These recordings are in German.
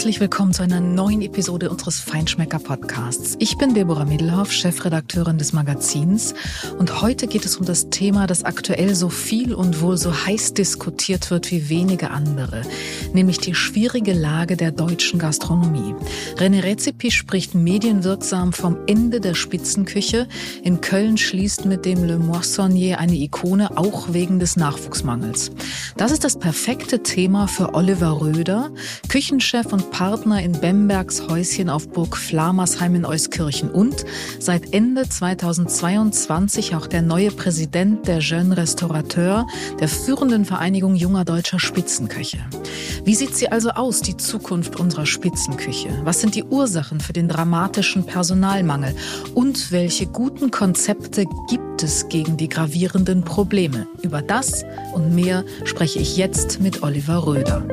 Herzlich willkommen zu einer neuen Episode unseres Feinschmecker-Podcasts. Ich bin Deborah Middelhoff, Chefredakteurin des Magazins, und heute geht es um das Thema, das aktuell so viel und wohl so heiß diskutiert wird wie wenige andere, nämlich die schwierige Lage der deutschen Gastronomie. René Redzepi spricht medienwirksam vom Ende der Spitzenküche. In Köln schließt mit dem Le Moissonnier eine Ikone, auch wegen des Nachwuchsmangels. Das ist das perfekte Thema für Oliver Röder, Küchenchef und Partner in Bembergs Häuschen auf Burg Flamersheim in Euskirchen und seit Ende 2022 auch der neue Präsident der Jeunes Restaurateurs, der führenden Vereinigung junger deutscher Spitzenköche. Wie sieht sie also aus, die Zukunft unserer Spitzenküche? Was sind die Ursachen für den dramatischen Personalmangel? Und welche guten Konzepte gibt es gegen die gravierenden Probleme? Über das und mehr spreche ich jetzt mit Oliver Röder.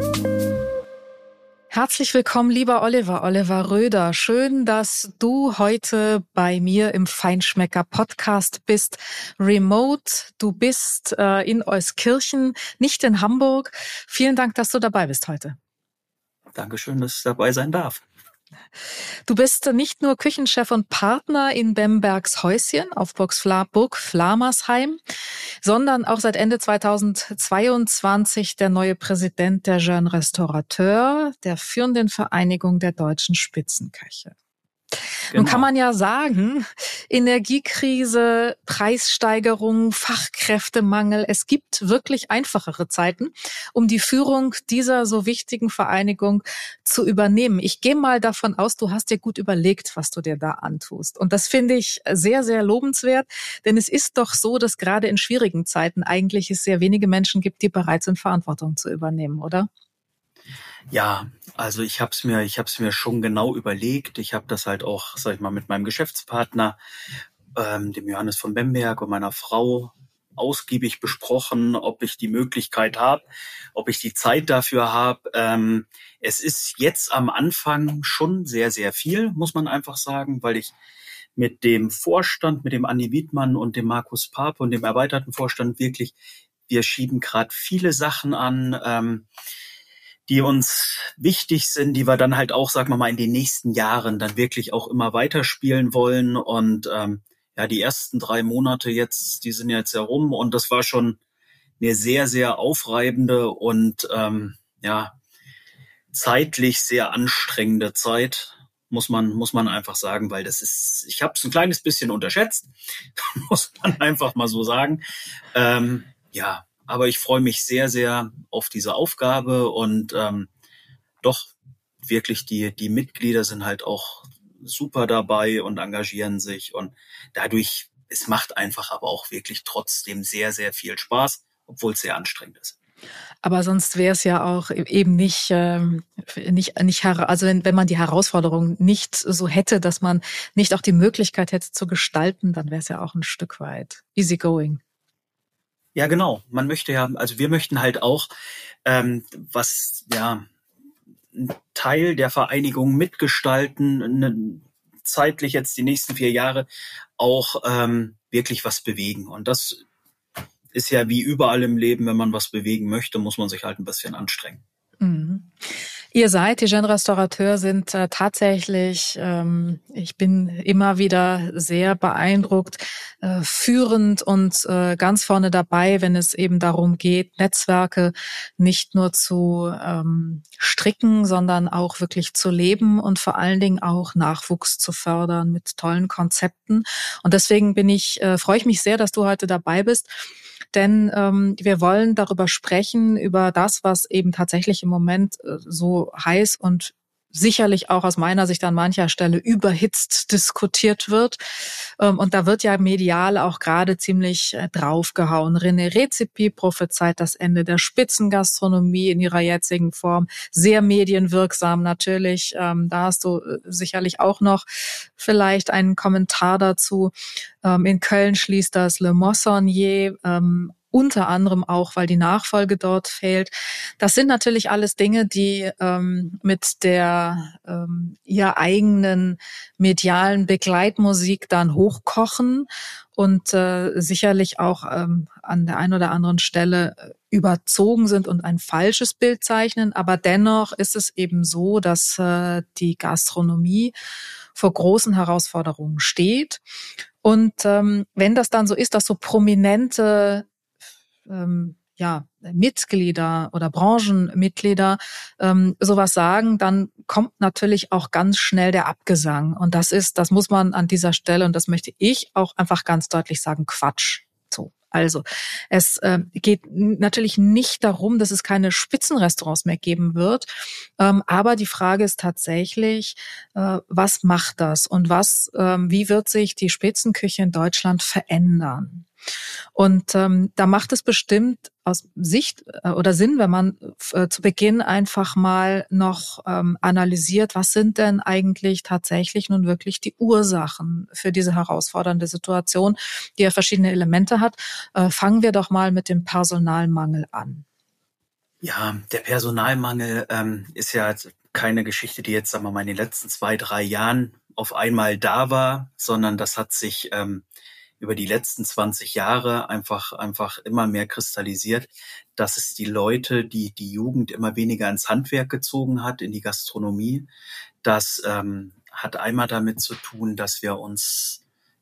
Herzlich willkommen, lieber Oliver Röder. Schön, dass du heute bei mir im Feinschmecker-Podcast bist. Remote, du bist in Euskirchen, nicht in Hamburg. Vielen Dank, dass du dabei bist heute. Dankeschön, dass ich dabei sein darf. Du bist nicht nur Küchenchef und Partner in Bembergs Häuschen auf Burg Flamersheim, sondern auch seit Ende 2022 der neue Präsident der Jeunes Restaurateurs, der führenden Vereinigung der deutschen Spitzenköche. Genau. Nun kann man ja sagen, Energiekrise, Preissteigerung, Fachkräftemangel, es gibt wirklich einfachere Zeiten, um die Führung dieser so wichtigen Vereinigung zu übernehmen. Ich gehe mal davon aus, du hast dir gut überlegt, was du dir da antust. Und das finde ich sehr, sehr lobenswert, denn es ist doch so, dass gerade in schwierigen Zeiten eigentlich es sehr wenige Menschen gibt, die bereit sind, Verantwortung zu übernehmen, oder? Ja, also ich hab's mir schon genau überlegt. Ich habe das halt auch, sag ich mal, mit meinem Geschäftspartner, dem Johannes von Bemberg, und meiner Frau ausgiebig besprochen, ob ich die Möglichkeit habe, ob ich die Zeit dafür habe. Es ist jetzt am Anfang schon sehr, sehr viel, muss man einfach sagen, weil ich mit dem Vorstand, mit dem Andi Wiedmann und dem Markus Pape und dem erweiterten Vorstand wirklich, wir schieben gerade viele Sachen an, die uns wichtig sind, die wir dann halt auch, sagen wir mal, in den nächsten Jahren dann wirklich auch immer weiterspielen wollen. Und ja, die ersten 3 Monate jetzt, die sind jetzt herum, und das war schon eine sehr, sehr aufreibende und ja, zeitlich sehr anstrengende Zeit, muss man einfach sagen, weil das ist, ich habe es ein kleines bisschen unterschätzt, muss man einfach mal so sagen. Ja, aber ich freue mich sehr, sehr auf diese Aufgabe, und doch wirklich die Mitglieder sind halt auch super dabei und engagieren sich, und dadurch, es macht einfach aber auch wirklich trotzdem sehr, sehr viel Spaß, obwohl es sehr anstrengend ist. Aber sonst wäre es ja auch eben nicht, also wenn man die Herausforderung nicht so hätte, dass man nicht auch die Möglichkeit hätte zu gestalten, dann wäre es ja auch ein Stück weit easy going. Ja, genau. Man möchte ja, also wir möchten halt auch, was, ja, ein Teil der Vereinigung mitgestalten, zeitlich jetzt die nächsten 4 Jahre auch wirklich was bewegen. Und das ist ja wie überall im Leben, wenn man was bewegen möchte, muss man sich halt ein bisschen anstrengen. Mhm. Ihr seid, die Jeunes Restaurateurs sind tatsächlich, ich bin immer wieder sehr beeindruckt, führend und ganz vorne dabei, wenn es eben darum geht, Netzwerke nicht nur zu stricken, sondern auch wirklich zu leben und vor allen Dingen auch Nachwuchs zu fördern mit tollen Konzepten. Und deswegen freue ich mich sehr, dass du heute dabei bist. Denn wir wollen darüber sprechen, über das, was eben tatsächlich im Moment so heiß und sicherlich auch aus meiner Sicht an mancher Stelle überhitzt diskutiert wird. Und da wird ja medial auch gerade ziemlich draufgehauen. René Redzepi prophezeit das Ende der Spitzengastronomie in ihrer jetzigen Form. Sehr medienwirksam natürlich. Da hast du sicherlich auch noch vielleicht einen Kommentar dazu. In Köln schließt das Le Moissonnier. unter anderem auch, weil die Nachfolge dort fehlt. Das sind natürlich alles Dinge, die mit der ihr eigenen medialen Begleitmusik dann hochkochen und sicherlich auch an der einen oder anderen Stelle überzogen sind und ein falsches Bild zeichnen. Aber dennoch ist es eben so, dass die Gastronomie vor großen Herausforderungen steht. Und wenn das dann so ist, dass so prominente Mitglieder oder Branchenmitglieder sowas sagen, dann kommt natürlich auch ganz schnell der Abgesang. Und das muss man an dieser Stelle, und das möchte ich auch einfach ganz deutlich sagen, Quatsch. So. Also es geht natürlich nicht darum, dass es keine Spitzenrestaurants mehr geben wird, aber die Frage ist tatsächlich, was macht das und wie wird sich die Spitzenküche in Deutschland verändern? Und da macht es bestimmt aus Sicht oder Sinn, wenn man zu Beginn einfach mal noch analysiert, was sind denn eigentlich tatsächlich nun wirklich die Ursachen für diese herausfordernde Situation, die ja verschiedene Elemente hat. Fangen wir doch mal mit dem Personalmangel an. Ja, der Personalmangel ist ja keine Geschichte, die jetzt, sagen wir mal, in den letzten 2-3 Jahren auf einmal da war, sondern das hat sich über die letzten 20 Jahre einfach immer mehr kristallisiert, dass es die Leute, die Jugend immer weniger ins Handwerk gezogen hat, in die Gastronomie. Das hat einmal damit zu tun, dass wir uns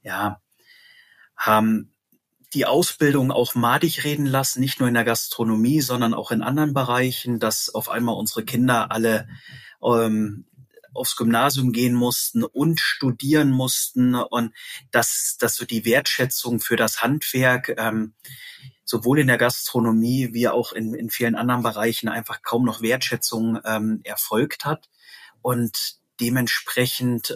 haben die Ausbildung auch madig reden lassen, nicht nur in der Gastronomie, sondern auch in anderen Bereichen, dass auf einmal unsere Kinder alle aufs Gymnasium gehen mussten und studieren mussten und dass so die Wertschätzung für das Handwerk sowohl in der Gastronomie wie auch in vielen anderen Bereichen einfach kaum noch Wertschätzung erfolgt hat und dementsprechend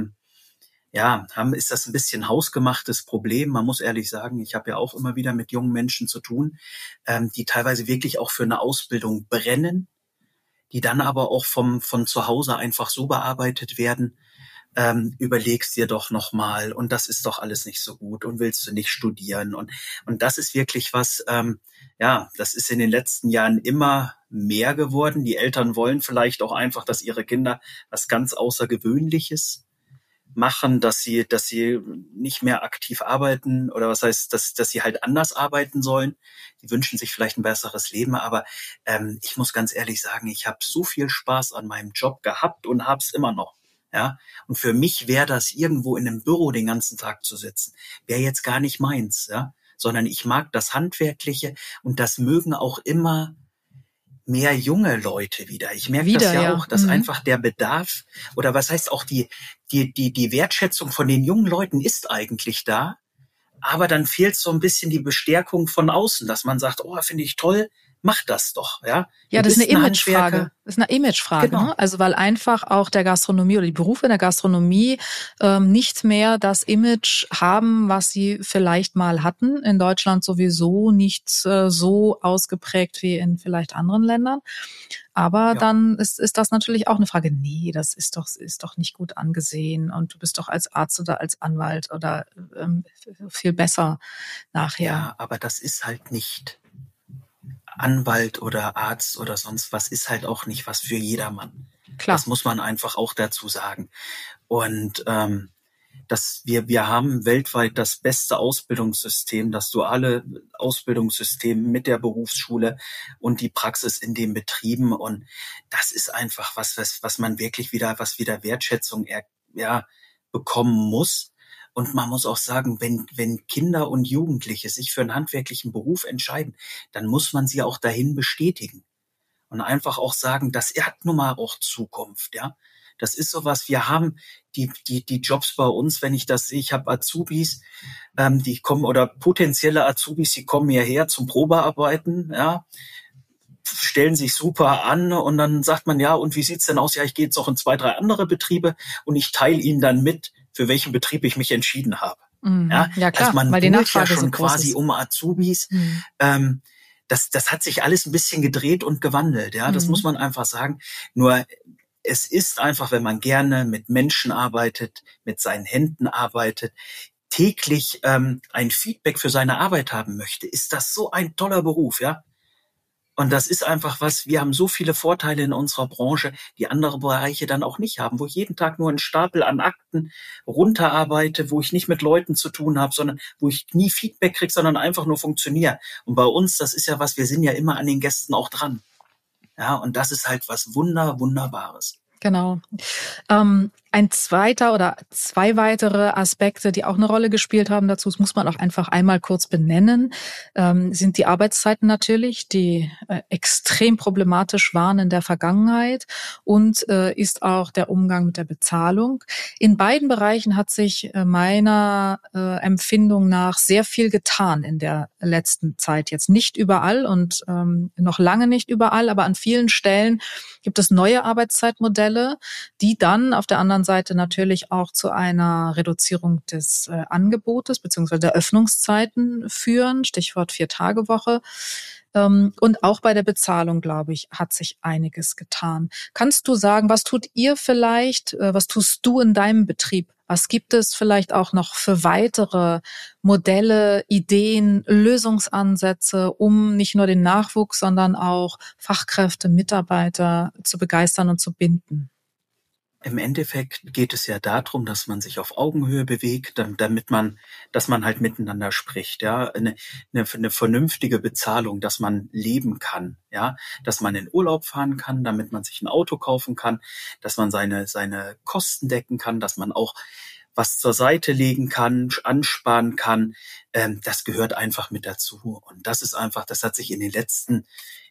ist das ein bisschen hausgemachtes Problem. Man muss ehrlich sagen, ich habe ja auch immer wieder mit jungen Menschen zu tun, die teilweise wirklich auch für eine Ausbildung brennen, die dann aber auch von zu Hause einfach so bearbeitet werden, überlegst dir doch nochmal und das ist doch alles nicht so gut und willst du nicht studieren und das ist wirklich was, das ist in den letzten Jahren immer mehr geworden. Die Eltern wollen vielleicht auch einfach, dass ihre Kinder was ganz Außergewöhnliches machen, dass sie nicht mehr aktiv arbeiten oder was heißt, dass sie halt anders arbeiten sollen. Die wünschen sich vielleicht ein besseres Leben, aber ich muss ganz ehrlich sagen, ich habe so viel Spaß an meinem Job gehabt und hab's immer noch. Ja, und für mich wäre das irgendwo in einem Büro den ganzen Tag zu sitzen, wäre jetzt gar nicht meins, ja, sondern ich mag das Handwerkliche und das mögen auch immer mehr junge Leute wieder. Ich merke das ja auch, dass einfach der Bedarf oder was heißt auch die Wertschätzung von den jungen Leuten ist eigentlich da, aber dann fehlt so ein bisschen die Bestärkung von außen, dass man sagt, oh, finde ich toll, mach das doch, ja. Ja, das ist eine Imagefrage. Das ist eine Imagefrage, genau. Ne? Also weil einfach auch der Gastronomie oder die Berufe in der Gastronomie nicht mehr das Image haben, was sie vielleicht mal hatten. In Deutschland sowieso nicht so ausgeprägt wie in vielleicht anderen Ländern. Aber dann ist das natürlich auch eine Frage. Nee, das ist doch nicht gut angesehen und du bist doch als Arzt oder als Anwalt oder viel besser nachher. Ja, aber das ist halt nicht Anwalt oder Arzt oder sonst was, ist halt auch nicht was für jedermann. Klar. Das muss man einfach auch dazu sagen. Und wir haben weltweit das beste Ausbildungssystem, das duale Ausbildungssystem mit der Berufsschule und die Praxis in den Betrieben. Und das ist einfach was man wirklich wieder Wertschätzung bekommen muss. Und man muss auch sagen, wenn Kinder und Jugendliche sich für einen handwerklichen Beruf entscheiden, dann muss man sie auch dahin bestätigen. Und einfach auch sagen, das hat nun mal auch Zukunft, ja. Das ist sowas, wir haben die Jobs bei uns, wenn ich das sehe, ich habe Azubis, die kommen oder potenzielle Azubis, die kommen hierher zum Probearbeiten, ja, stellen sich super an und dann sagt man, ja, und wie sieht's denn aus? Ja, ich gehe jetzt auch in 2, 3 andere Betriebe und ich teile ihnen dann mit, für welchen Betrieb ich mich entschieden habe. Mhm. Ja, klar, also man weil die Nachfrage ja schon so quasi ist. um Azubis. Mhm. Das hat sich alles ein bisschen gedreht und gewandelt, ja, das muss man einfach sagen. Nur es ist einfach, wenn man gerne mit Menschen arbeitet, mit seinen Händen arbeitet, täglich ein Feedback für seine Arbeit haben möchte, ist das so ein toller Beruf, ja. Und das ist einfach was, wir haben so viele Vorteile in unserer Branche, die andere Bereiche dann auch nicht haben, wo ich jeden Tag nur einen Stapel an Akten runterarbeite, wo ich nicht mit Leuten zu tun habe, sondern wo ich nie Feedback kriege, sondern einfach nur funktioniere. Und bei uns, das ist ja was, wir sind ja immer an den Gästen auch dran. Ja, und das ist halt was Wunderbares. Genau. Ein zweiter oder zwei weitere Aspekte, die auch eine Rolle gespielt haben dazu, das muss man auch einfach einmal kurz benennen, sind die Arbeitszeiten natürlich, die extrem problematisch waren in der Vergangenheit, und ist auch der Umgang mit der Bezahlung. In beiden Bereichen hat sich meiner Empfindung nach sehr viel getan in der letzten Zeit. Jetzt nicht überall und noch lange nicht überall, aber an vielen Stellen gibt es neue Arbeitszeitmodelle, die dann auf der anderen Seite natürlich auch zu einer Reduzierung des Angebotes bzw. der Öffnungszeiten führen, Stichwort 4-Tage-Woche. Und auch bei der Bezahlung, glaube ich, hat sich einiges getan. Kannst du sagen, was tut ihr vielleicht, was tust du in deinem Betrieb? Was gibt es vielleicht auch noch für weitere Modelle, Ideen, Lösungsansätze, um nicht nur den Nachwuchs, sondern auch Fachkräfte, Mitarbeiter zu begeistern und zu binden? Im Endeffekt geht es ja darum, dass man sich auf Augenhöhe bewegt, dass man halt miteinander spricht, ja, eine vernünftige Bezahlung, dass man leben kann, ja, dass man in Urlaub fahren kann, damit man sich ein Auto kaufen kann, dass man seine Kosten decken kann, dass man auch was zur Seite legen kann, ansparen kann. Das gehört einfach mit dazu. Und das ist einfach, das hat sich in den letzten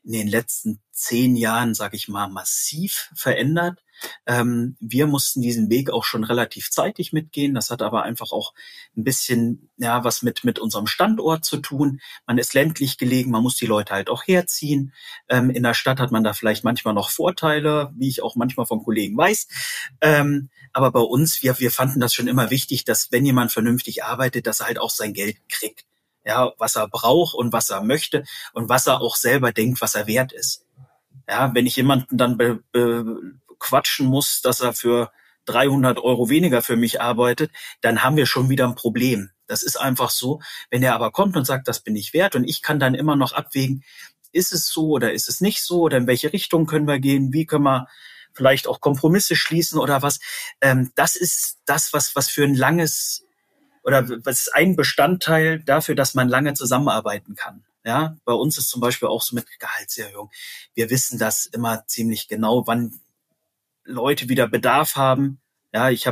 10 Jahren, sage ich mal, massiv verändert. Wir mussten diesen Weg auch schon relativ zeitig mitgehen. Das hat aber einfach auch ein bisschen was mit unserem Standort zu tun. Man ist ländlich gelegen, man muss die Leute halt auch herziehen. In der Stadt hat man da vielleicht manchmal noch Vorteile, wie ich auch manchmal von Kollegen weiß. Aber bei uns, wir fanden das schon immer wichtig, dass wenn jemand vernünftig arbeitet, dass er halt auch sein Geld kriegt. Ja, was er braucht und was er möchte und was er auch selber denkt, was er wert ist. Ja, wenn ich jemanden dann quatschen muss, dass er für 300 € weniger für mich arbeitet, dann haben wir schon wieder ein Problem. Das ist einfach so. Wenn er aber kommt und sagt, das bin ich wert, und ich kann dann immer noch abwägen, ist es so oder ist es nicht so, oder in welche Richtung können wir gehen, wie können wir vielleicht auch Kompromisse schließen oder was. Das ist das, was für ein langes, oder was ist ein Bestandteil dafür, dass man lange zusammenarbeiten kann. Ja, bei uns ist zum Beispiel auch so mit Gehaltserhöhung. Wir wissen das immer ziemlich genau, wann Leute wieder Bedarf haben. Ja, ich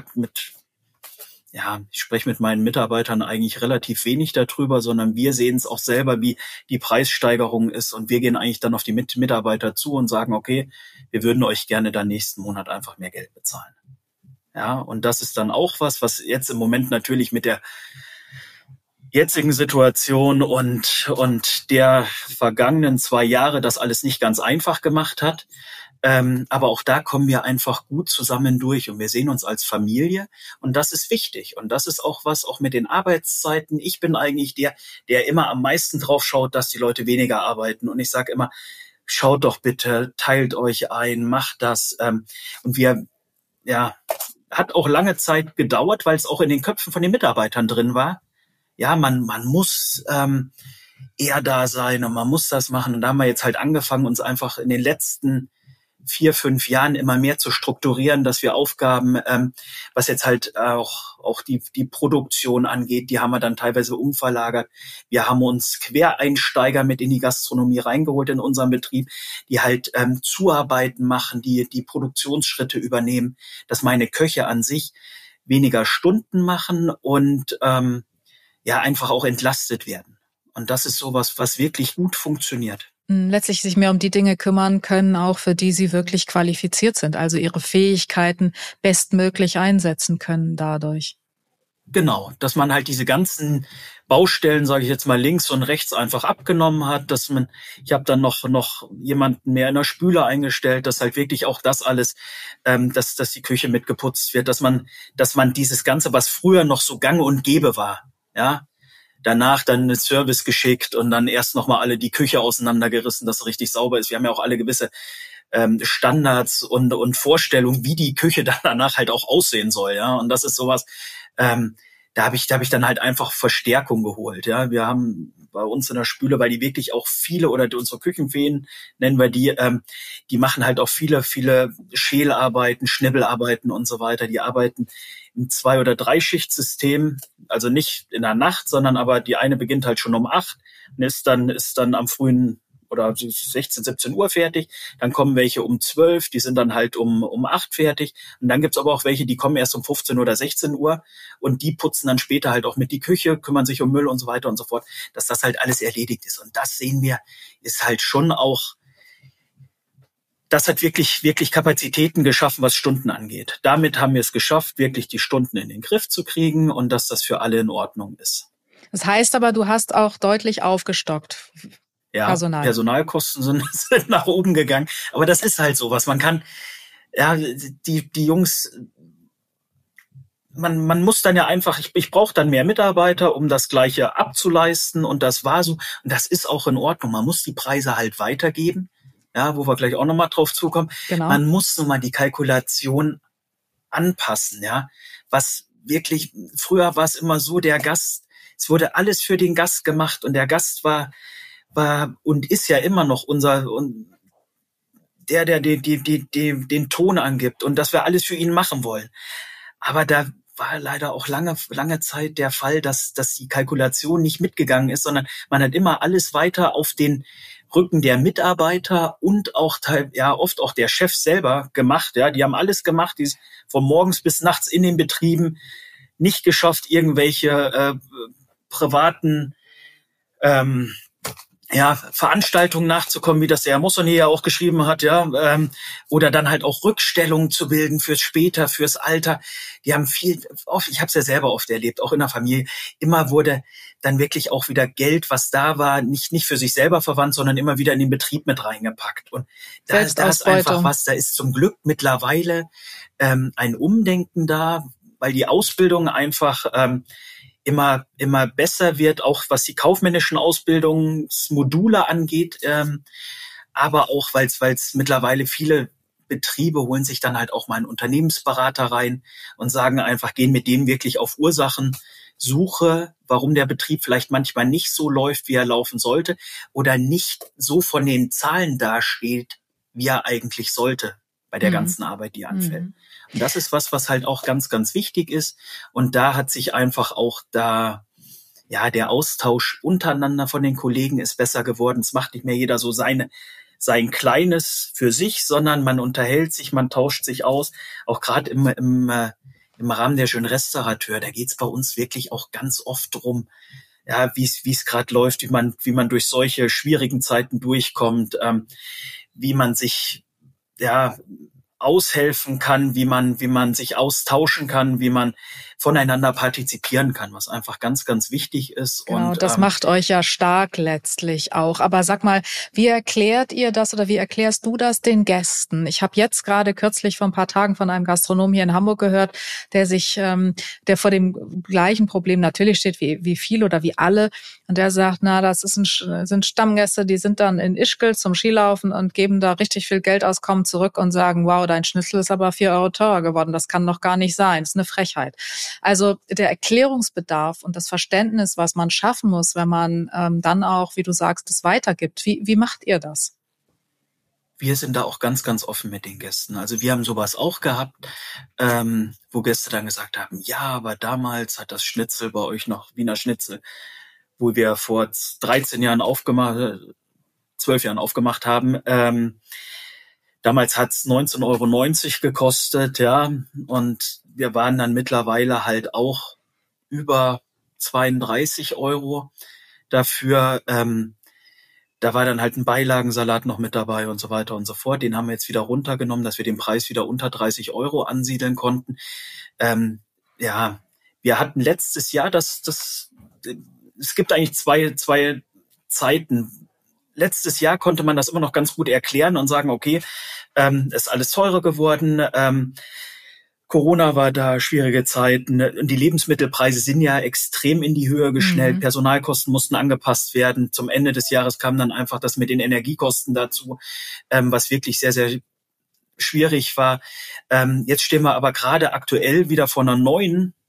spreche mit meinen Mitarbeitern eigentlich relativ wenig darüber, sondern wir sehen es auch selber, wie die Preissteigerung ist, und wir gehen eigentlich dann auf die Mitarbeiter zu und sagen, okay, wir würden euch gerne dann nächsten Monat einfach mehr Geld bezahlen. Ja, und das ist dann auch was jetzt im Moment natürlich mit der jetzigen Situation und der vergangenen 2 Jahre das alles nicht ganz einfach gemacht hat. Aber auch da kommen wir einfach gut zusammen durch, und wir sehen uns als Familie, und das ist wichtig. Und das ist auch was, auch mit den Arbeitszeiten. Ich bin eigentlich der immer am meisten drauf schaut, dass die Leute weniger arbeiten. Und ich sage immer, schaut doch bitte, teilt euch ein, macht das. Und hat auch lange Zeit gedauert, weil es auch in den Köpfen von den Mitarbeitern drin war. Ja, man muss eher da sein und man muss das machen. Und da haben wir jetzt halt angefangen, uns einfach in den letzten 4-5 Jahren immer mehr zu strukturieren, dass wir Aufgaben, was jetzt halt auch die Produktion angeht, die haben wir dann teilweise umverlagert. Wir haben uns Quereinsteiger mit in die Gastronomie reingeholt in unserem Betrieb, die halt Zuarbeiten machen, die Produktionsschritte übernehmen, dass meine Köche an sich weniger Stunden machen und einfach auch entlastet werden. Und das ist sowas, was wirklich gut funktioniert. Letztlich sich mehr um die Dinge kümmern können, auch für die sie wirklich qualifiziert sind, also ihre Fähigkeiten bestmöglich einsetzen können dadurch. Genau, dass man halt diese ganzen Baustellen, sage ich jetzt mal, links und rechts einfach abgenommen hat, ich habe dann noch jemanden mehr in der Spüle eingestellt, dass halt wirklich auch das alles, dass die Küche mitgeputzt wird, dass man dieses Ganze, was früher noch so gang und gäbe war, ja, danach dann einen Service geschickt und dann erst nochmal alle die Küche auseinandergerissen, dass es richtig sauber ist. Wir haben ja auch alle gewisse Standards und Vorstellungen, wie die Küche dann danach halt auch aussehen soll, ja. Und das ist sowas, da hab ich dann halt einfach Verstärkung geholt. Ja, wir haben bei uns in der Spüle, weil die wirklich auch viele, oder unsere Küchenfeen nennen wir die machen halt auch viele Schälarbeiten, Schnibbelarbeiten und so weiter. Die arbeiten im 2- oder 3-Schichtsystem, also nicht in der Nacht, sondern aber die eine beginnt halt schon um 8 und ist dann am frühen oder 16, 17 Uhr fertig. Dann kommen welche um 12, die sind dann halt um 8 fertig. Und dann gibt's aber auch welche, die kommen erst um 15 oder 16 Uhr und die putzen dann später halt auch mit die Küche, kümmern sich um Müll und so weiter und so fort, dass das halt alles erledigt ist. Und das sehen wir, ist halt schon auch, das hat wirklich Kapazitäten geschaffen, was Stunden angeht. Damit haben wir es geschafft, wirklich die Stunden in den Griff zu kriegen und dass das für alle in Ordnung ist. Das heißt aber, du hast auch deutlich aufgestockt. Ja, Personalkosten sind nach oben gegangen. Aber das ist halt so was. Man kann, ja, die Jungs, man muss dann ja einfach, ich brauche dann mehr Mitarbeiter, um das Gleiche abzuleisten. Und das war so. Und das ist auch in Ordnung. Man muss die Preise halt weitergeben. Ja, wo wir gleich auch nochmal drauf zukommen. Genau. Man muss nun mal die Kalkulation anpassen, ja. Was wirklich, früher war es immer so, es wurde alles für den Gast gemacht und der Gast war und ist ja immer noch der den Ton angibt und dass wir alles für ihn machen wollen. Aber da war leider auch lange Zeit der Fall, dass die Kalkulation nicht mitgegangen ist, sondern man hat immer alles weiter auf den Rücken der Mitarbeiter und auch oft auch der Chef selber gemacht. Ja, die haben alles gemacht, die von morgens bis nachts in den Betrieben nicht geschafft, irgendwelche privaten Veranstaltungen nachzukommen, wie das der Herr Mossonnier ja auch geschrieben hat, oder dann halt auch Rückstellungen zu bilden fürs Später, fürs Alter. Die haben oft, ich habe es ja selber oft erlebt, auch in der Familie, immer wurde dann wirklich auch wieder Geld, was da war, nicht für sich selber verwandt, sondern immer wieder in den Betrieb mit reingepackt. Und da ist einfach was, da ist zum Glück mittlerweile ein Umdenken da, weil die Ausbildung einfach immer besser wird, auch was die kaufmännischen Ausbildungsmodule angeht, aber auch, weil es mittlerweile viele Betriebe holen sich dann halt auch mal einen Unternehmensberater rein und sagen einfach, gehen mit dem wirklich auf Ursachensuche, warum der Betrieb vielleicht manchmal nicht so läuft, wie er laufen sollte oder nicht so von den Zahlen dasteht, wie er eigentlich sollte bei der ganzen Arbeit, die anfällt. Und das ist was halt auch ganz, ganz wichtig ist. Und da hat sich einfach auch der Austausch untereinander von den Kollegen ist besser geworden. Es macht nicht mehr jeder so sein Kleines für sich, sondern man unterhält sich, man tauscht sich aus. Auch gerade im Rahmen der schönen Restaurateur, da geht's bei uns wirklich auch ganz oft drum, ja, wie es gerade läuft, wie man durch solche schwierigen Zeiten durchkommt, wie man sich aushelfen kann, wie man sich austauschen kann, wie man voneinander partizipieren kann, was einfach ganz, ganz wichtig ist. Genau, und das macht euch ja stark letztlich auch. Aber sag mal, wie erklärt ihr das oder wie erklärst du das den Gästen? Ich habe jetzt gerade kürzlich vor ein paar Tagen von einem Gastronomen hier in Hamburg gehört, der vor dem gleichen Problem natürlich steht wie viel oder wie alle. Und der sagt, das sind Stammgäste, die sind dann in Ischgl zum Skilaufen und geben da richtig viel Geld aus, kommen zurück und sagen, wow, dein Schnitzel ist aber 4 Euro teurer geworden. Das kann doch gar nicht sein. Das ist eine Frechheit. Also der Erklärungsbedarf und das Verständnis, was man schaffen muss, wenn man dann auch, wie du sagst, das weitergibt. Wie macht ihr das? Wir sind da auch ganz, ganz offen mit den Gästen. Also wir haben sowas auch gehabt, wo Gäste dann gesagt haben, ja, aber damals hat das Schnitzel bei euch noch Wiener Schnitzel, wo wir vor 12 Jahren aufgemacht haben. Damals hat's 19,90 € gekostet, ja, und wir waren dann mittlerweile halt auch über 32 € dafür. Da war dann halt ein Beilagensalat noch mit dabei und so weiter und so fort. Den haben wir jetzt wieder runtergenommen, dass wir den Preis wieder unter 30 € ansiedeln konnten. Wir hatten letztes Jahr es gibt eigentlich zwei Zeiten. Letztes Jahr konnte man das immer noch ganz gut erklären und sagen, okay, ist alles teurer geworden, Corona war da, schwierige Zeiten und die Lebensmittelpreise sind ja extrem in die Höhe geschnellt, Personalkosten mussten angepasst werden. Zum Ende des Jahres kam dann einfach das mit den Energiekosten dazu, was wirklich sehr, sehr schwierig war. Jetzt stehen wir aber gerade aktuell wieder vor einer neuen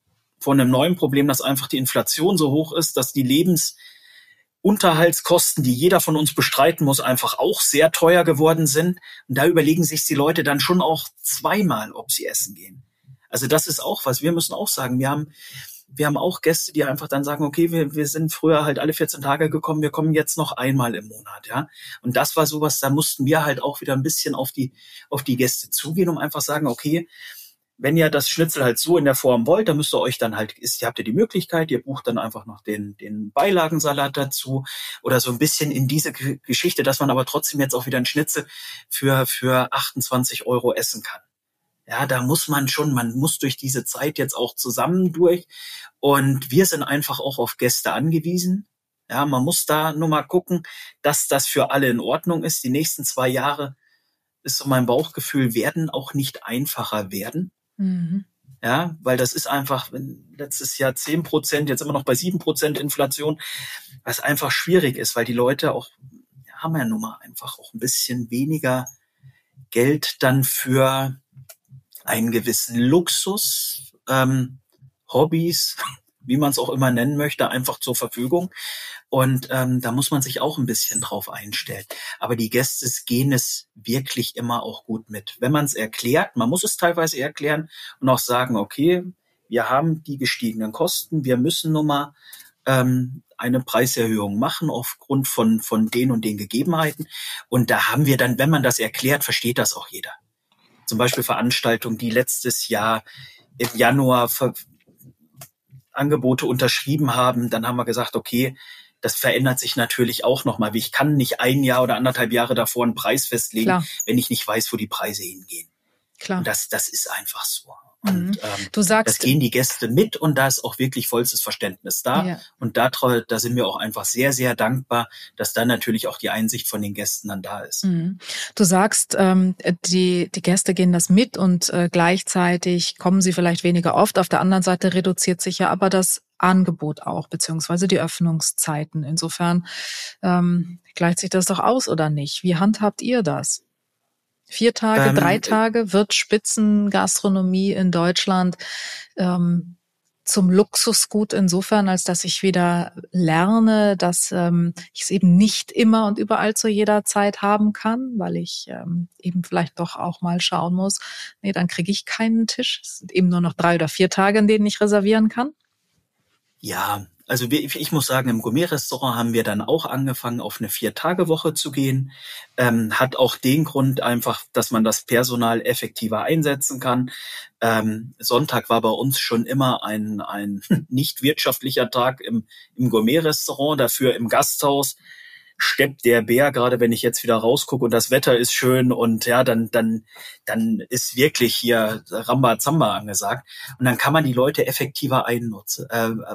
vor einem neuen Problem, dass einfach die Inflation so hoch ist, dass die Lebensunterhaltskosten, die jeder von uns bestreiten muss, einfach auch sehr teuer geworden sind. Und da überlegen sich die Leute dann schon auch zweimal, ob sie essen gehen. Also das ist auch was. Wir müssen auch sagen, wir haben auch Gäste, die einfach dann sagen, okay, wir sind früher halt alle 14 Tage gekommen, wir kommen jetzt noch einmal im Monat, ja. Und das war sowas, da mussten wir halt auch wieder ein bisschen auf die Gäste zugehen, um einfach sagen, okay, wenn ihr das Schnitzel halt so in der Form wollt, dann müsst ihr euch dann halt, habt ihr die Möglichkeit, ihr bucht dann einfach noch den Beilagensalat dazu oder so ein bisschen in diese Geschichte, dass man aber trotzdem jetzt auch wieder ein Schnitzel für 28 € essen kann. Ja, da muss man muss durch diese Zeit jetzt auch zusammen durch. Und wir sind einfach auch auf Gäste angewiesen. Ja, man muss da nur mal gucken, dass das für alle in Ordnung ist. Die nächsten 2 Jahre, ist so mein Bauchgefühl, werden auch nicht einfacher werden. Mhm. Ja, weil das ist einfach, letztes Jahr 10%, jetzt immer noch bei 7% Inflation, was einfach schwierig ist, weil die Leute auch, haben ja nun mal einfach auch ein bisschen weniger Geld dann für einen gewissen Luxus, Hobbys, wie man es auch immer nennen möchte, einfach zur Verfügung. Und da muss man sich auch ein bisschen drauf einstellen. Aber die Gäste gehen es wirklich immer auch gut mit. Wenn man es erklärt, man muss es teilweise erklären und auch sagen, okay, wir haben die gestiegenen Kosten, wir müssen nun mal eine Preiserhöhung machen aufgrund von den und den Gegebenheiten. Und da haben wir dann, wenn man das erklärt, versteht das auch jeder. Zum Beispiel Veranstaltungen, die letztes Jahr im Januar Angebote unterschrieben haben, dann haben wir gesagt, okay, das verändert sich natürlich auch nochmal. Ich kann nicht 1 Jahr oder 1,5 Jahre davor einen Preis festlegen, Klar. wenn ich nicht weiß, wo die Preise hingehen. Klar. Und das ist einfach so. Und du sagst, das gehen die Gäste mit und da ist auch wirklich vollstes Verständnis da. Ja. Und da sind wir auch einfach sehr, sehr dankbar, dass da natürlich auch die Einsicht von den Gästen dann da ist. Du sagst, die Gäste gehen das mit und gleichzeitig kommen sie vielleicht weniger oft. Auf der anderen Seite reduziert sich ja aber das Angebot auch, beziehungsweise die Öffnungszeiten. Insofern gleicht sich das doch aus, oder nicht? Wie handhabt ihr das? 4 Tage, 3 Tage wird Spitzengastronomie in Deutschland zum Luxusgut insofern, als dass ich wieder lerne, dass ich es eben nicht immer und überall zu jeder Zeit haben kann, weil ich eben vielleicht doch auch mal schauen muss, nee, dann kriege ich keinen Tisch. Es sind eben nur noch 3 oder 4 Tage, in denen ich reservieren kann. Ja, also ich muss sagen, im Gourmet-Restaurant haben wir dann auch angefangen, auf eine 4-Tage-Woche zu gehen. Hat auch den Grund einfach, dass man das Personal effektiver einsetzen kann. Sonntag war bei uns schon immer ein nicht wirtschaftlicher Tag im Gourmet-Restaurant, dafür im Gasthaus steppt der Bär, gerade wenn ich jetzt wieder rausgucke und das Wetter ist schön und ja, dann ist wirklich hier Rambazamba angesagt und dann kann man die Leute effektiver einnutzen,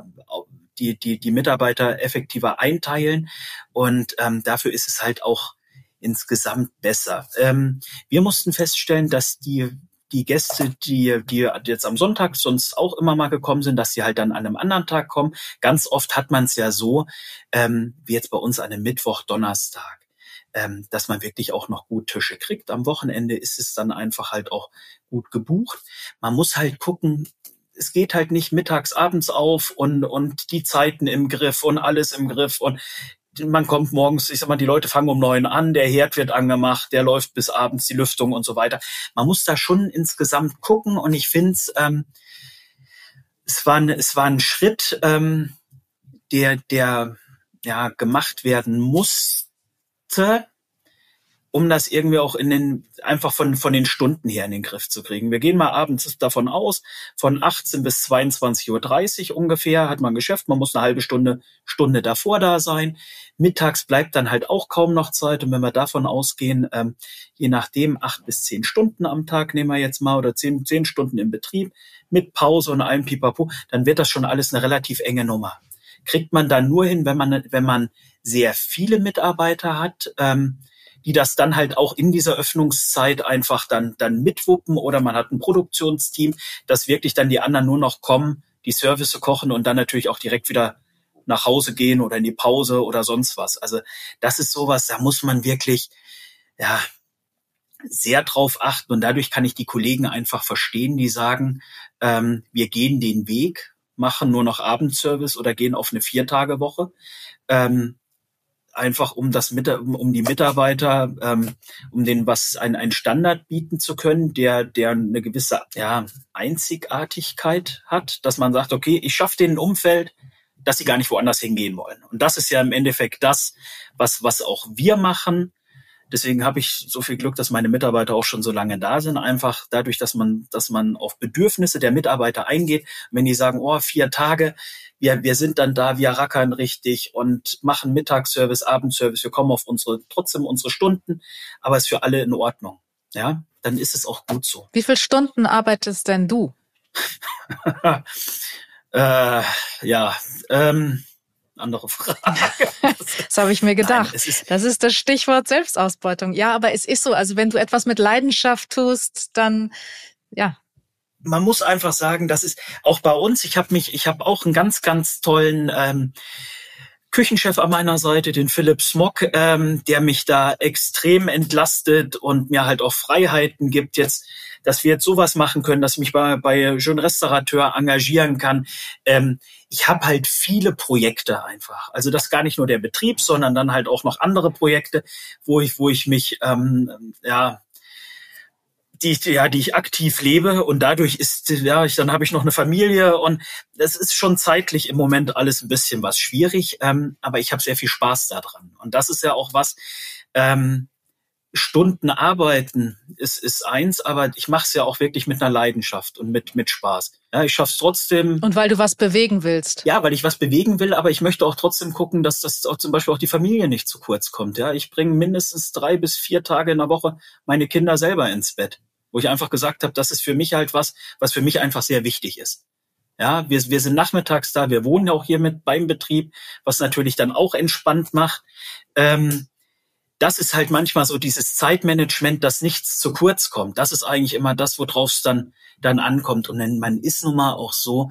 die Mitarbeiter effektiver einteilen und dafür ist es halt auch insgesamt besser. Wir mussten feststellen, dass die Gäste, die jetzt am Sonntag sonst auch immer mal gekommen sind, dass sie halt dann an einem anderen Tag kommen. Ganz oft hat man es ja so, wie jetzt bei uns an einem Mittwoch, Donnerstag, dass man wirklich auch noch gut Tische kriegt. Am Wochenende ist es dann einfach halt auch gut gebucht. Man muss halt gucken, es geht halt nicht mittags, abends auf und die Zeiten im Griff und alles im Griff und man kommt morgens, ich sag mal, die Leute fangen um 9 an, der Herd wird angemacht, der läuft bis abends, die Lüftung und so weiter. Man muss da schon insgesamt gucken und ich finde es war ein Schritt, der ja gemacht werden musste, um das irgendwie auch einfach von den Stunden her in den Griff zu kriegen. Wir gehen mal abends davon aus, von 18 bis 22:30 Uhr ungefähr hat man Geschäft, man muss eine halbe Stunde davor da sein. Mittags bleibt dann halt auch kaum noch Zeit und wenn wir davon ausgehen, je nachdem 8 bis 10 Stunden am Tag nehmen wir jetzt mal oder 10 Stunden im Betrieb mit Pause und allem Pipapo, dann wird das schon alles eine relativ enge Nummer. Kriegt man dann nur hin, wenn man sehr viele Mitarbeiter hat, die das dann halt auch in dieser Öffnungszeit einfach dann mitwuppen oder man hat ein Produktionsteam, dass wirklich dann die anderen nur noch kommen, die Service kochen und dann natürlich auch direkt wieder nach Hause gehen oder in die Pause oder sonst was. Also das ist sowas, da muss man wirklich sehr drauf achten und dadurch kann ich die Kollegen einfach verstehen, die sagen, wir gehen den Weg machen nur noch Abendservice oder gehen auf eine 4-Tage-Woche. Einfach um die Mitarbeiter, um denen einen Standard bieten zu können, der eine gewisse Einzigartigkeit hat, dass man sagt, okay, ich schaffe denen ein Umfeld, dass sie gar nicht woanders hingehen wollen. Und das ist ja im Endeffekt das, was auch wir machen. Deswegen habe ich so viel Glück, dass meine Mitarbeiter auch schon so lange da sind. Einfach dadurch, dass man auf Bedürfnisse der Mitarbeiter eingeht. Wenn die sagen, 4 Tage, wir sind dann da, wir rackern richtig und machen Mittagsservice, Abendservice, wir kommen auf trotzdem unsere Stunden, aber ist für alle in Ordnung. Ja, dann ist es auch gut so. Wie viele Stunden arbeitest denn du? Andere Frage. Das habe ich mir gedacht. Nein, das ist das Stichwort Selbstausbeutung. Ja, aber es ist so. Also wenn du etwas mit Leidenschaft tust, dann, ja. Man muss einfach sagen, das ist auch bei uns. Ich habe auch einen ganz, ganz tollen Küchenchef an meiner Seite, den Philipp Smock, der mich da extrem entlastet und mir halt auch Freiheiten gibt jetzt, dass wir jetzt sowas machen können, dass ich mich bei Jeune Restaurateur engagieren kann. Ich habe halt viele Projekte einfach. Also das gar nicht nur der Betrieb, sondern dann halt auch noch andere Projekte, wo ich mich die ich aktiv lebe und dadurch dann habe ich noch eine Familie und das ist schon zeitlich im Moment alles ein bisschen was schwierig, aber ich habe sehr viel Spaß daran und das ist ja auch was, Stunden arbeiten ist eins, aber ich mache es ja auch wirklich mit einer Leidenschaft und mit Spaß. Ja, ich schaff's trotzdem. Und weil du was bewegen willst. Ja, weil ich was bewegen will, aber ich möchte auch trotzdem gucken, dass das auch zum Beispiel auch die Familie nicht zu kurz kommt. Ja, ich bringe mindestens 3 bis 4 Tage in der Woche meine Kinder selber ins Bett, wo ich einfach gesagt habe, das ist für mich halt was für mich einfach sehr wichtig ist. Ja, wir sind nachmittags da, wir wohnen ja auch hier mit beim Betrieb, was natürlich dann auch entspannt macht. Das ist halt manchmal so dieses Zeitmanagement, dass nichts zu kurz kommt. Das ist eigentlich immer das, worauf es dann ankommt. Und man ist nun mal auch so,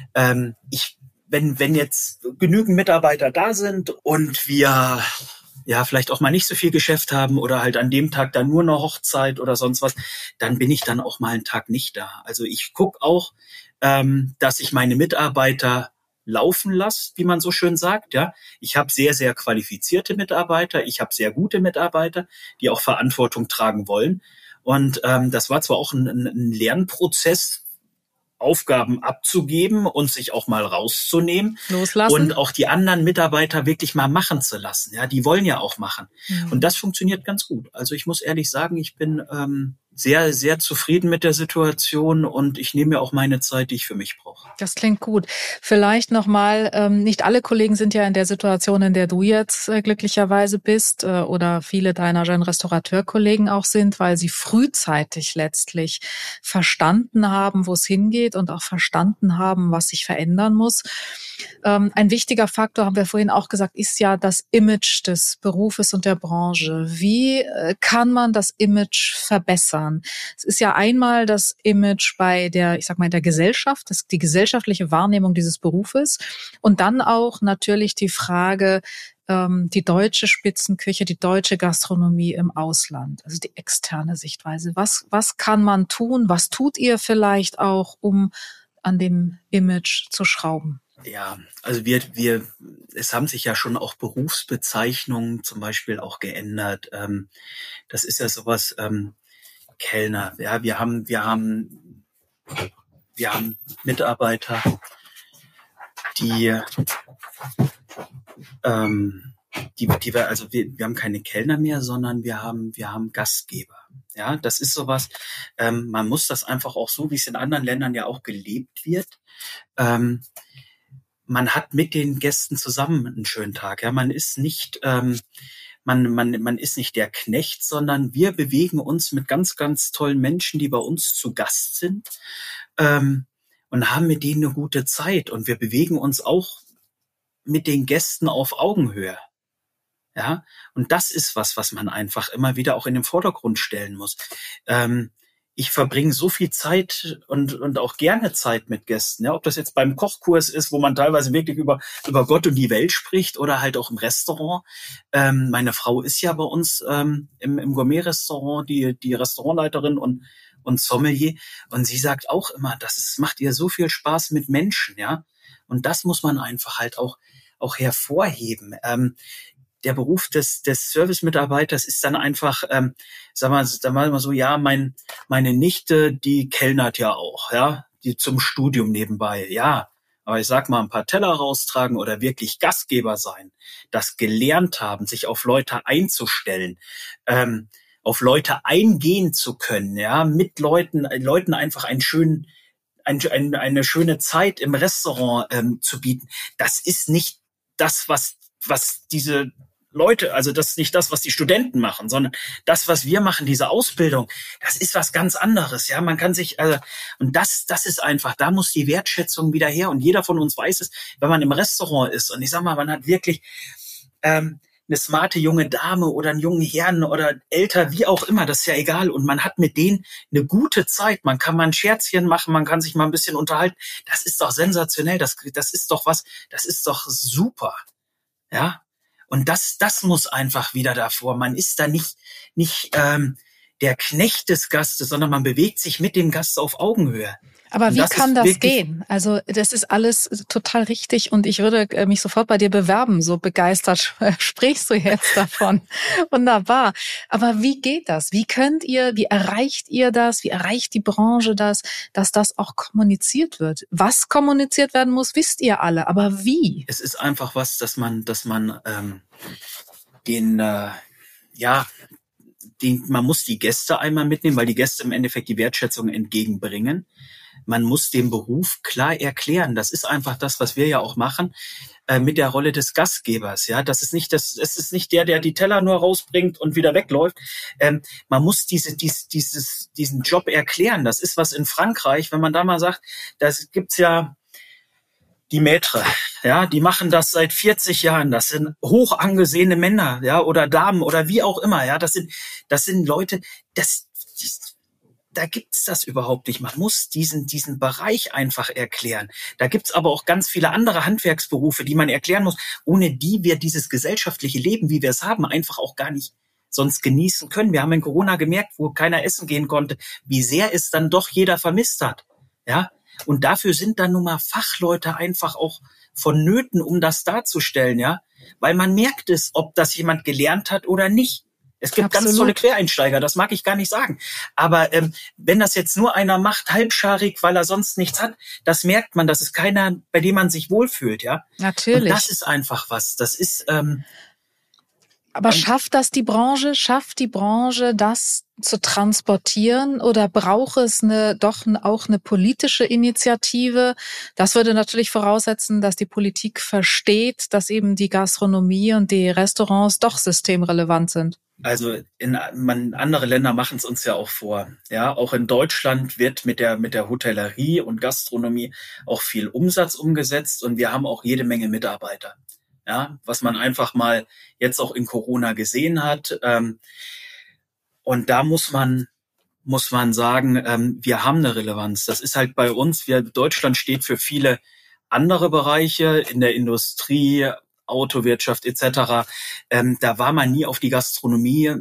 wenn jetzt genügend Mitarbeiter da sind und wir vielleicht auch mal nicht so viel Geschäft haben oder halt an dem Tag dann nur eine Hochzeit oder sonst was, dann bin ich dann auch mal einen Tag nicht da. Also ich gucke auch, dass ich meine Mitarbeiter laufen lasse, wie man so schön sagt. Ja, ich habe sehr, sehr qualifizierte Mitarbeiter. Ich habe sehr gute Mitarbeiter, die auch Verantwortung tragen wollen. Und das war zwar auch ein Lernprozess, Aufgaben abzugeben und sich auch mal rauszunehmen. Loslassen. Und auch die anderen Mitarbeiter wirklich mal machen zu lassen. Ja, die wollen ja auch machen. Mhm. Und das funktioniert ganz gut. Also ich muss ehrlich sagen, ich bin sehr, sehr zufrieden mit der Situation und ich nehme mir auch meine Zeit, die ich für mich brauche. Das klingt gut. Vielleicht nochmal, nicht alle Kollegen sind ja in der Situation, in der du jetzt glücklicherweise bist oder viele deiner Jeune Restaurateur-Kollegen auch sind, weil sie frühzeitig letztlich verstanden haben, wo es hingeht und auch verstanden haben, was sich verändern muss. Ein wichtiger Faktor, haben wir vorhin auch gesagt, ist ja das Image des Berufes und der Branche. Wie kann man das Image verbessern? Es ist ja einmal das Image bei der, ich sag mal, der Gesellschaft, die gesellschaftliche Wahrnehmung dieses Berufes und dann auch natürlich die Frage, die deutsche Spitzenküche, die deutsche Gastronomie im Ausland, also die externe Sichtweise. Was kann man tun? Was tut ihr vielleicht auch, um an dem Image zu schrauben? Ja, also es haben sich ja schon auch Berufsbezeichnungen zum Beispiel auch geändert. Das ist ja sowas, Kellner. Ja, wir haben Mitarbeiter, wir haben keine Kellner mehr, sondern wir haben Gastgeber. Ja, das ist sowas. Man muss das einfach auch so, wie es in anderen Ländern ja auch gelebt wird. Man hat mit den Gästen zusammen einen schönen Tag. Ja, man ist nicht, man ist nicht der Knecht, sondern wir bewegen uns mit ganz, ganz tollen Menschen, die bei uns zu Gast sind, und haben mit denen eine gute Zeit. Und wir bewegen uns auch mit den Gästen auf Augenhöhe. Ja, und das ist was man einfach immer wieder auch in den Vordergrund stellen muss. Ich verbringe so viel Zeit und auch gerne Zeit mit Gästen. Ja, ob das jetzt beim Kochkurs ist, wo man teilweise wirklich über Gott und die Welt spricht oder halt auch im Restaurant. Meine Frau ist ja bei uns im Gourmet-Restaurant die Restaurantleiterin und Sommelier. Und sie sagt auch immer, es macht ihr so viel Spaß mit Menschen, ja. Und das muss man einfach halt auch hervorheben. Der Beruf des Service-Mitarbeiters ist dann einfach, sagen wir mal so, ja, meine Nichte, die kellnert ja auch, ja, die zum Studium nebenbei, ja. Aber ich sag mal, ein paar Teller raustragen oder wirklich Gastgeber sein, das gelernt haben, sich auf Leute einzustellen, auf Leute eingehen zu können, ja, mit Leuten einfach eine schöne Zeit im Restaurant zu bieten. Das ist nicht das, was diese Leute, also das ist nicht das, was die Studenten machen, sondern das, was wir machen, diese Ausbildung, das ist was ganz anderes. Ja, man kann sich, und das ist einfach, da muss die Wertschätzung wieder her. Und jeder von uns weiß es, wenn man im Restaurant ist. Und ich sag mal, man hat wirklich eine smarte junge Dame oder einen jungen Herrn oder älter, wie auch immer, das ist ja egal. Und man hat mit denen eine gute Zeit. Man kann mal ein Scherzchen machen, man kann sich mal ein bisschen unterhalten. Das ist doch sensationell. Das ist doch was, das ist doch super. Ja. Und das muss einfach wieder davor. Man ist da nicht der Knecht des Gastes, sondern man bewegt sich mit dem Gast auf Augenhöhe. Aber wie kann das gehen? Also das ist alles total richtig und ich würde mich sofort bei dir bewerben. So begeistert sprichst du jetzt davon. Wunderbar. Aber wie geht das? Wie erreicht ihr das? Wie erreicht die Branche das, dass das auch kommuniziert wird? Was kommuniziert werden muss, wisst ihr alle. Aber wie? Es ist einfach was, dass man man muss die Gäste einmal mitnehmen, weil die Gäste im Endeffekt die Wertschätzung entgegenbringen. Man muss den Beruf klar erklären. Das ist einfach das, was wir ja auch machen mit der Rolle des Gastgebers. Ja, es ist nicht der die Teller nur rausbringt und wieder wegläuft. Man muss diesen Job erklären. Das ist was in Frankreich, wenn man da mal sagt, das gibt's ja die Maîtres, ja, die machen das seit 40 Jahren. Das sind hoch angesehene Männer, ja, oder Damen oder wie auch immer, ja. Das sind Leute, da gibt's das überhaupt nicht. Man muss diesen Bereich einfach erklären. Da gibt's aber auch ganz viele andere Handwerksberufe, die man erklären muss, ohne die wir dieses gesellschaftliche Leben, wie wir es haben, einfach auch gar nicht sonst genießen können. Wir haben in Corona gemerkt, wo keiner essen gehen konnte, wie sehr es dann doch jeder vermisst hat, ja. Und dafür sind dann nun mal Fachleute einfach auch vonnöten, um das darzustellen, ja. Weil man merkt es, ob das jemand gelernt hat oder nicht. Es gibt Absolut. Ganz tolle Quereinsteiger, das mag ich gar nicht sagen. Aber wenn das jetzt nur einer macht, halbscharig, weil er sonst nichts hat, das merkt man, das ist keiner, bei dem man sich wohlfühlt, ja. Natürlich. Und das ist einfach was. Das ist aber schafft die Branche, das zu transportieren oder braucht es auch eine politische Initiative? Das würde natürlich voraussetzen, dass die Politik versteht, dass eben die Gastronomie und die Restaurants doch systemrelevant sind. Also andere Länder machen es uns ja auch vor. Ja, auch in Deutschland wird mit der Hotellerie und Gastronomie auch viel Umsatz umgesetzt und wir haben auch jede Menge Mitarbeiter. Ja, was man einfach mal jetzt auch in Corona gesehen hat. Und da muss man sagen, wir haben eine Relevanz. Das ist halt bei uns, Deutschland steht für viele andere Bereiche in der Industrie, Autowirtschaft etc. Da war man nie auf die Gastronomie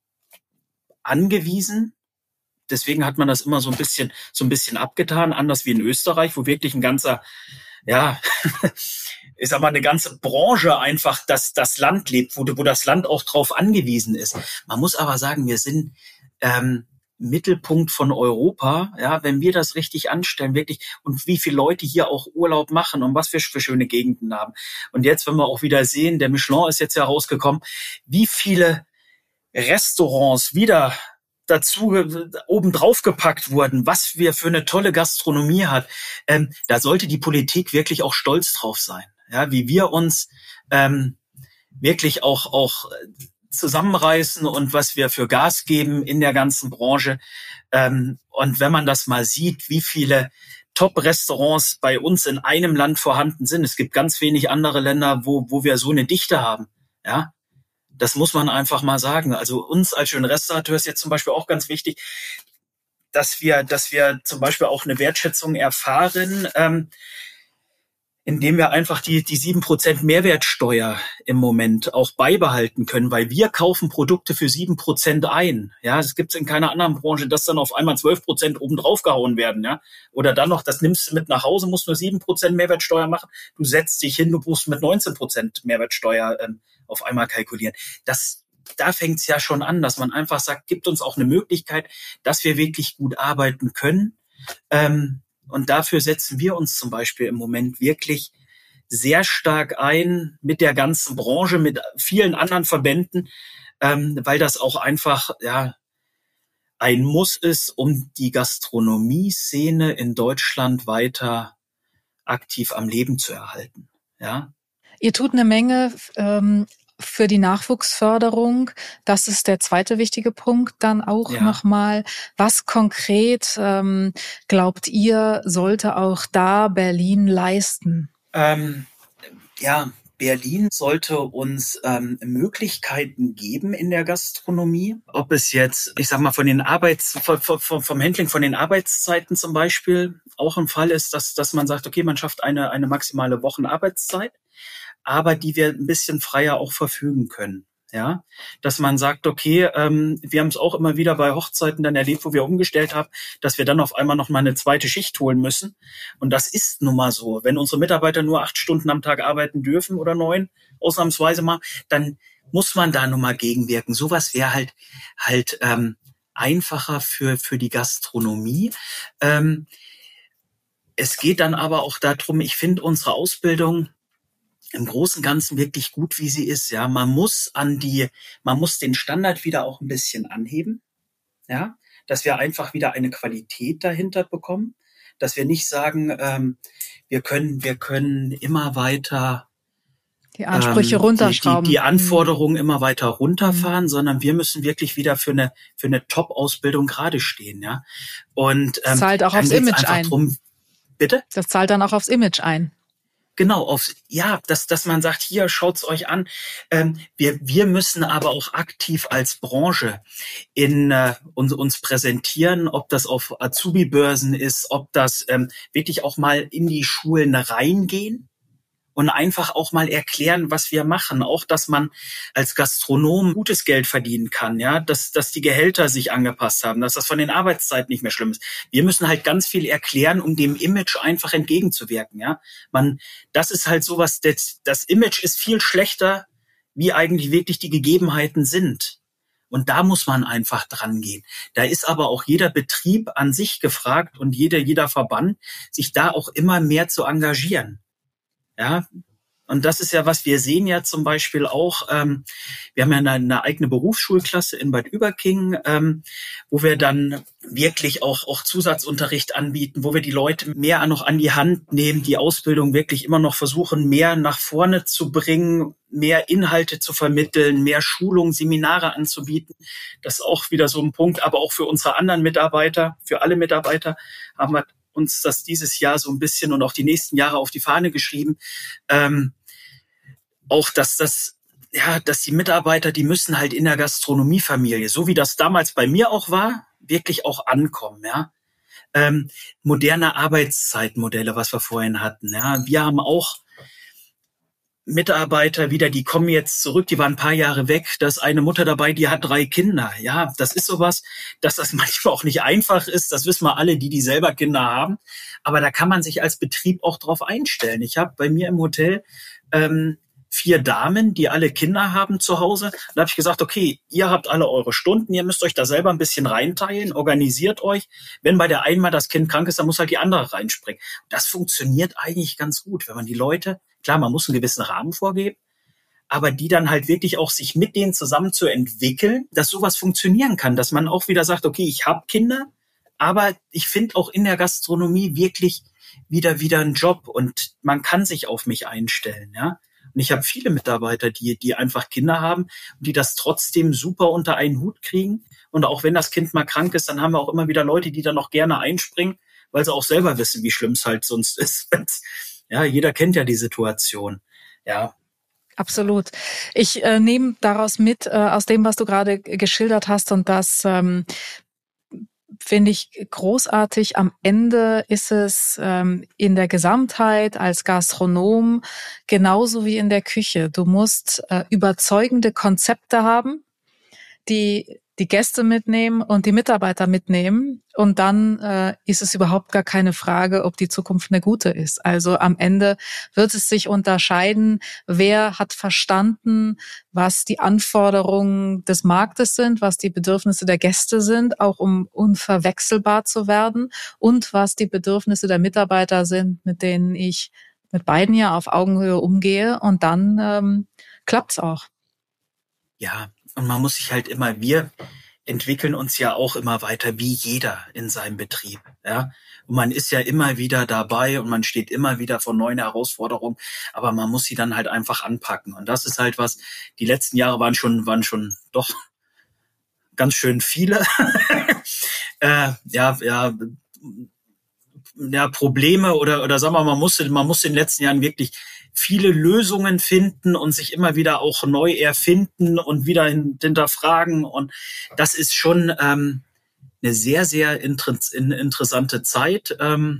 angewiesen. Deswegen hat man das immer so ein bisschen abgetan, anders wie in Österreich, wo wirklich ein ganzer, ja, ich sag mal, eine ganze Branche einfach das Land lebt, wo das Land auch drauf angewiesen ist. Man muss aber sagen, wir sind Mittelpunkt von Europa, ja, wenn wir das richtig anstellen, wirklich, und wie viele Leute hier auch Urlaub machen und was wir für schöne Gegenden haben. Und jetzt, wenn wir auch wieder sehen, der Michelin ist jetzt ja rausgekommen, wie viele Restaurants wieder dazu oben drauf gepackt wurden, was wir für eine tolle Gastronomie hat. Da sollte die Politik wirklich auch stolz drauf sein, ja, wie wir uns wirklich auch zusammenreißen und was wir für Gas geben in der ganzen Branche. Und wenn man das mal sieht, wie viele Top-Restaurants bei uns in einem Land vorhanden sind, es gibt ganz wenig andere Länder, wo wir so eine Dichte haben, ja. Das muss man einfach mal sagen. Also uns als schönen Restaurateur ist jetzt zum Beispiel auch ganz wichtig, dass wir zum Beispiel auch eine Wertschätzung erfahren. indem wir einfach die 7% Mehrwertsteuer im Moment auch beibehalten können, weil wir kaufen Produkte für 7% ein. Ja, es gibt's in keiner anderen Branche, dass dann auf einmal 12% oben drauf gehauen werden. Ja, oder dann noch, das nimmst du mit nach Hause, musst nur 7% Mehrwertsteuer machen. Du setzt dich hin, du musst mit 19% Mehrwertsteuer auf einmal kalkulieren. Da fängt's ja schon an, dass man einfach sagt, gibt uns auch eine Möglichkeit, dass wir wirklich gut arbeiten können. Und dafür setzen wir uns zum Beispiel im Moment wirklich sehr stark ein mit der ganzen Branche, mit vielen anderen Verbänden, weil das auch einfach ein Muss ist, um die Gastronomie-Szene in Deutschland weiter aktiv am Leben zu erhalten. Ja. Ihr tut eine Menge für die Nachwuchsförderung. Das ist der zweite wichtige Punkt. Dann auch nochmal, was konkret glaubt ihr, sollte auch da Berlin leisten? Berlin sollte uns Möglichkeiten geben in der Gastronomie. Ob es jetzt, ich sag mal, vom Handling von den Arbeitszeiten zum Beispiel auch ein Fall ist, dass man sagt, okay, man schafft eine maximale Wochenarbeitszeit, aber die wir ein bisschen freier auch verfügen können. Ja, dass man sagt, okay, wir haben es auch immer wieder bei Hochzeiten dann erlebt, wo wir umgestellt haben, dass wir dann auf einmal noch mal eine zweite Schicht holen müssen. Und das ist nun mal so. Wenn unsere Mitarbeiter nur 8 Stunden am Tag arbeiten dürfen oder 9, ausnahmsweise mal, dann muss man da nun mal gegenwirken. Sowas wäre halt einfacher für die Gastronomie. Es geht dann aber auch darum, ich finde unsere Ausbildung im Großen und Ganzen wirklich gut, wie sie ist. Ja, man muss den Standard wieder auch ein bisschen anheben. Ja, dass wir einfach wieder eine Qualität dahinter bekommen, dass wir nicht sagen, wir können immer weiter die Ansprüche runterschrauben, die Anforderungen immer weiter runterfahren, sondern wir müssen wirklich wieder für eine Top-Ausbildung gerade stehen. Ja, und das zahlt auch aufs Image ein. Bitte? Das zahlt dann auch aufs Image ein. Genau, dass man sagt, hier, schaut's euch an. Wir müssen aber auch aktiv als Branche uns präsentieren, ob das auf Azubi-Börsen ist, ob das wirklich auch mal in die Schulen reingehen und einfach auch mal erklären, was wir machen. Auch, dass man als Gastronom gutes Geld verdienen kann, ja, dass die Gehälter sich angepasst haben, dass das von den Arbeitszeiten nicht mehr schlimm ist. Wir müssen halt ganz viel erklären, um dem Image einfach entgegenzuwirken, ja. Das ist halt sowas, das Image ist viel schlechter, wie eigentlich wirklich die Gegebenheiten sind. Und da muss man einfach dran gehen. Da ist aber auch jeder Betrieb an sich gefragt und jeder Verband, sich da auch immer mehr zu engagieren. Ja, und das ist ja, was wir sehen ja zum Beispiel auch, wir haben ja eine eigene Berufsschulklasse in Bad Überkingen, wo wir dann wirklich auch Zusatzunterricht anbieten, wo wir die Leute mehr noch an die Hand nehmen, die Ausbildung wirklich immer noch versuchen, mehr nach vorne zu bringen, mehr Inhalte zu vermitteln, mehr Schulungen, Seminare anzubieten. Das ist auch wieder so ein Punkt, aber auch für unsere anderen Mitarbeiter, für alle Mitarbeiter haben wir uns das dieses Jahr so ein bisschen und auch die nächsten Jahre auf die Fahne geschrieben. Auch, dass die Mitarbeiter, die müssen halt in der Gastronomiefamilie, so wie das damals bei mir auch war, wirklich auch ankommen, ja. Moderne Arbeitszeitmodelle, was wir vorhin hatten, ja. Wir haben auch Mitarbeiter wieder, die kommen jetzt zurück, die waren ein paar Jahre weg, da ist eine Mutter dabei, die hat 3 Kinder. Ja, das ist sowas, dass das manchmal auch nicht einfach ist, das wissen wir alle, die selber Kinder haben, aber da kann man sich als Betrieb auch drauf einstellen. Ich habe bei mir im Hotel 4 Damen, die alle Kinder haben zu Hause. Da habe ich gesagt, okay, ihr habt alle eure Stunden, ihr müsst euch da selber ein bisschen reinteilen, organisiert euch. Wenn bei der einen mal das Kind krank ist, dann muss halt die andere reinspringen. Das funktioniert eigentlich ganz gut, wenn man die Leute, klar, man muss einen gewissen Rahmen vorgeben, aber die dann halt wirklich auch sich mit denen zusammen zu entwickeln, dass sowas funktionieren kann, dass man auch wieder sagt, okay, ich habe Kinder, aber ich finde auch in der Gastronomie wirklich wieder einen Job und man kann sich auf mich einstellen, ja. Und ich habe viele Mitarbeiter, die einfach Kinder haben und die das trotzdem super unter einen Hut kriegen. Und auch wenn das Kind mal krank ist, dann haben wir auch immer wieder Leute, die dann noch gerne einspringen, weil sie auch selber wissen, wie schlimm es halt sonst ist. Ja, jeder kennt ja die Situation. Ja. Absolut. Ich nehme daraus mit, aus dem, was du gerade geschildert hast, und das finde ich großartig. Am Ende ist es in der Gesamtheit als Gastronom genauso wie in der Küche. Du musst überzeugende Konzepte haben, die Gäste mitnehmen und die Mitarbeiter mitnehmen. Und dann ist es überhaupt gar keine Frage, ob die Zukunft eine gute ist. Also am Ende wird es sich unterscheiden, wer hat verstanden, was die Anforderungen des Marktes sind, was die Bedürfnisse der Gäste sind, auch um unverwechselbar zu werden, und was die Bedürfnisse der Mitarbeiter sind, mit denen ich mit beiden ja auf Augenhöhe umgehe. Und dann klappt's auch. Ja, und man muss sich halt immer, wir entwickeln uns ja auch immer weiter, wie jeder in seinem Betrieb, ja. Und man ist ja immer wieder dabei und man steht immer wieder vor neuen Herausforderungen, aber man muss sie dann halt einfach anpacken. Und das ist halt was, die letzten Jahre waren schon doch ganz schön viele, Probleme oder sagen wir mal, man muss in den letzten Jahren wirklich viele Lösungen finden und sich immer wieder auch neu erfinden und wieder hinterfragen. Und das ist schon eine sehr, sehr interessante Zeit.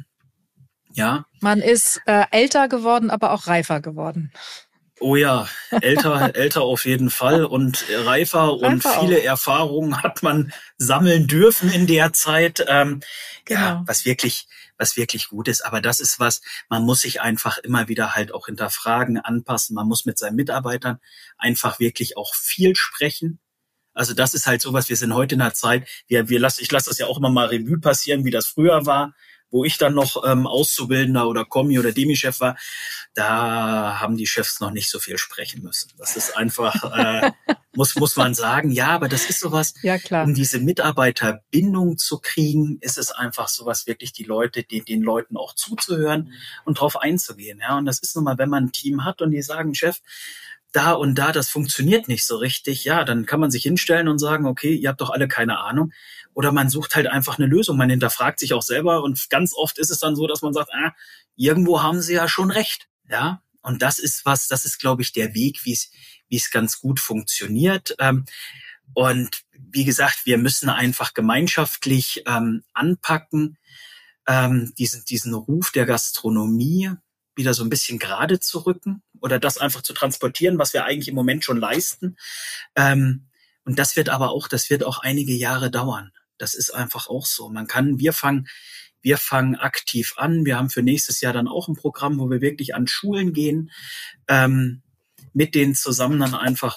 Ja. Man ist älter geworden, aber auch reifer geworden. Oh ja, älter auf jeden Fall und reifer und viele auch. Erfahrungen hat man sammeln dürfen in der Zeit. Genau. Ja, was wirklich gut ist. Aber das ist was, man muss sich einfach immer wieder halt auch hinterfragen, anpassen. Man muss mit seinen Mitarbeitern einfach wirklich auch viel sprechen. Also das ist halt sowas, wir sind heute in einer Zeit, ich lasse das ja auch immer mal Revue passieren, wie das früher war, wo ich dann noch Auszubildender oder Kommi oder Demi-Chef war. Da haben die Chefs noch nicht so viel sprechen müssen. Das ist einfach, muss man sagen. Ja, aber das ist sowas, ja, klar. Um diese Mitarbeiterbindung zu kriegen, ist es einfach sowas, wirklich den Leuten auch zuzuhören und drauf einzugehen. Ja, und das ist nun mal, wenn man ein Team hat und die sagen, Chef, da und da, das funktioniert nicht so richtig, ja, dann kann man sich hinstellen und sagen, okay, ihr habt doch alle keine Ahnung. Oder man sucht halt einfach eine Lösung. Man hinterfragt sich auch selber und ganz oft ist es dann so, dass man sagt, irgendwo haben sie ja schon recht. Ja, und das ist, glaube ich, der Weg, wie es ganz gut funktioniert. Und wie gesagt, wir müssen einfach gemeinschaftlich anpacken, diesen Ruf der Gastronomie wieder so ein bisschen gerade zu rücken oder das einfach zu transportieren, was wir eigentlich im Moment schon leisten. Und das wird auch einige Jahre dauern. Das ist einfach auch so. Wir fangen aktiv an. Wir haben für nächstes Jahr dann auch ein Programm, wo wir wirklich an Schulen gehen, mit denen zusammen dann einfach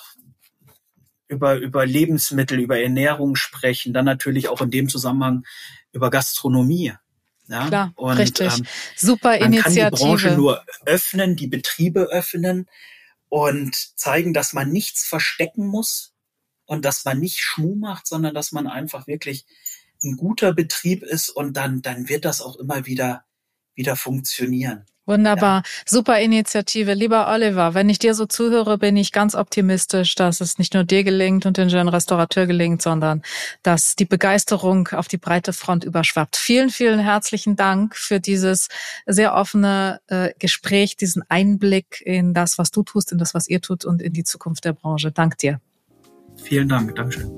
über Lebensmittel, über Ernährung sprechen, dann natürlich auch in dem Zusammenhang über Gastronomie. Ja, klar, und, richtig. Super Initiative. Man kann die Branche nur öffnen, die Betriebe öffnen und zeigen, dass man nichts verstecken muss und dass man nicht Schmuh macht, sondern dass man einfach wirklich ein guter Betrieb ist und dann wird das auch immer wieder funktionieren. Wunderbar, ja. Super Initiative. Lieber Oliver, wenn ich dir so zuhöre, bin ich ganz optimistisch, dass es nicht nur dir gelingt und den Jeune Restaurateur gelingt, sondern dass die Begeisterung auf die breite Front überschwappt. Vielen, vielen herzlichen Dank für dieses sehr offene Gespräch, diesen Einblick in das, was du tust, in das, was ihr tut und in die Zukunft der Branche. Dank dir. Vielen Dank, Dankeschön.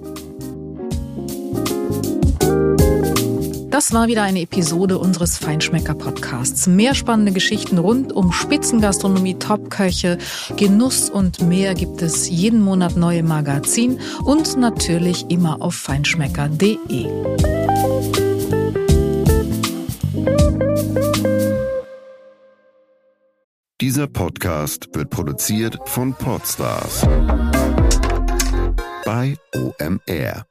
Das war wieder eine Episode unseres Feinschmecker-Podcasts. Mehr spannende Geschichten rund um Spitzengastronomie, Top-Köche, Genuss und mehr gibt es jeden Monat neu im Magazin und natürlich immer auf feinschmecker.de. Dieser Podcast wird produziert von Podstars bei OMR.